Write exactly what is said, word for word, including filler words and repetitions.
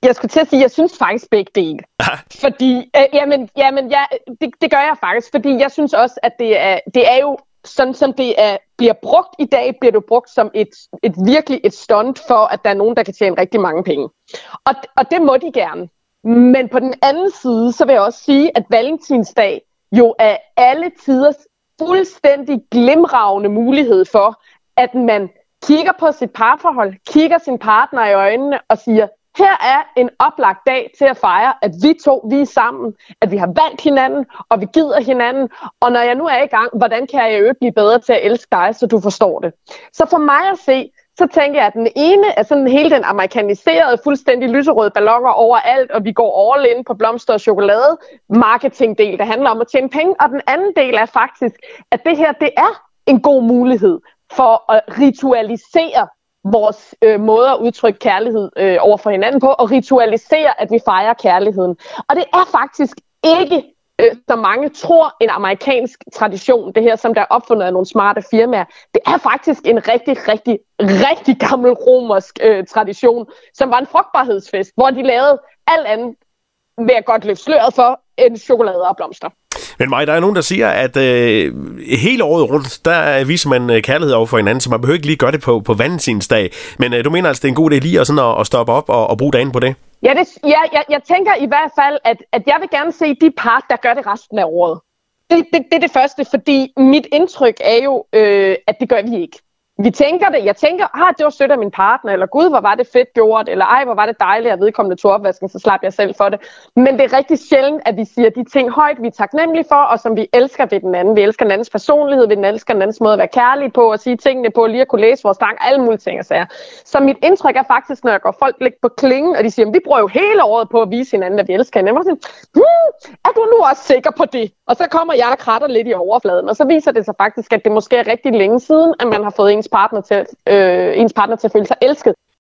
Jeg skulle til at sige, at jeg synes faktisk begge dele. Fordi, øh, jamen, jamen ja, det, det gør jeg faktisk, fordi jeg synes også, at det er, det er jo sådan, som det er, bliver brugt i dag, bliver det brugt som et, et virkelig et stunt for, at der er nogen, der kan tjene rigtig mange penge. Og, og det må de gerne. Men på den anden side, så vil jeg også sige, at valentinsdag jo er alle tiders fuldstændig glimragende mulighed for, at man kigger på sit parforhold, kigger sin partner i øjnene og siger, her er en oplagt dag til at fejre, at vi to, vi er sammen, at vi har valgt hinanden, og vi gider hinanden. Og når jeg nu er i gang, hvordan kan jeg jo blive bedre til at elske dig, så du forstår det? Så for mig at se, så tænker jeg, at den ene er sådan hele den amerikaniserede, fuldstændig lyserøde balloner overalt, og vi går all in på blomster og chokolade, marketingdel, der handler om at tjene penge. Og den anden del er faktisk, at det her, det er en god mulighed for at ritualisere vores øh, måde at udtrykke kærlighed øh, over for hinanden på, og ritualisere, at vi fejrer kærligheden. Og det er faktisk ikke, øh, som mange tror, en amerikansk tradition, det her, som der er opfundet af nogle smarte firmaer. Det er faktisk en rigtig, rigtig, rigtig gammel romersk øh, tradition, som var en frugtbarhedsfest, hvor de lavede alt andet, vil jeg godt løfte sløret for, end chokolade og blomster. Men Maj, der er nogen, der siger, at øh, hele året rundt, der viser man kærlighed over for hinanden, så man behøver ikke lige gøre det på, på valentinsdag. Men øh, du mener altså, det er en god idé lige at, sådan at, at stoppe op og, og bruge dagen på det? Ja, det, ja jeg, jeg tænker i hvert fald, at, at jeg vil gerne se de par, der gør det resten af året. Det, det, det er det første, fordi mit indtryk er jo, øh, at det gør vi ikke. Vi tænker det. Jeg tænker, ah, det var sødt af min partner, eller gud, hvor var det fedt gjort, eller ej, hvor var det dejligt, at vedkommende tog opvasken, så slap jeg selv for det. Men det er rigtig sjældent, at vi siger de ting højt, vi er taknemmelige for, og som vi elsker ved den anden. Vi elsker den andens personlighed, vi elsker den andens måde at være kærlige på, og sige tingene på, lige at kunne læse vores tanker, alle mulige ting og sager. Så mit indtryk er faktisk, når jeg går folk lidt på klingen, og de siger, vi bruger jo hele året på at vise hinanden, at vi elsker hinanden. Og sådan, hmm, er du nu også sikker på det? Og så kommer jeg og kratter lidt i overfladen, og så viser det sig faktisk, at det måske er rigtig længe siden, at man har fået ens partner til, øh, ens partner til at føle sig elsket.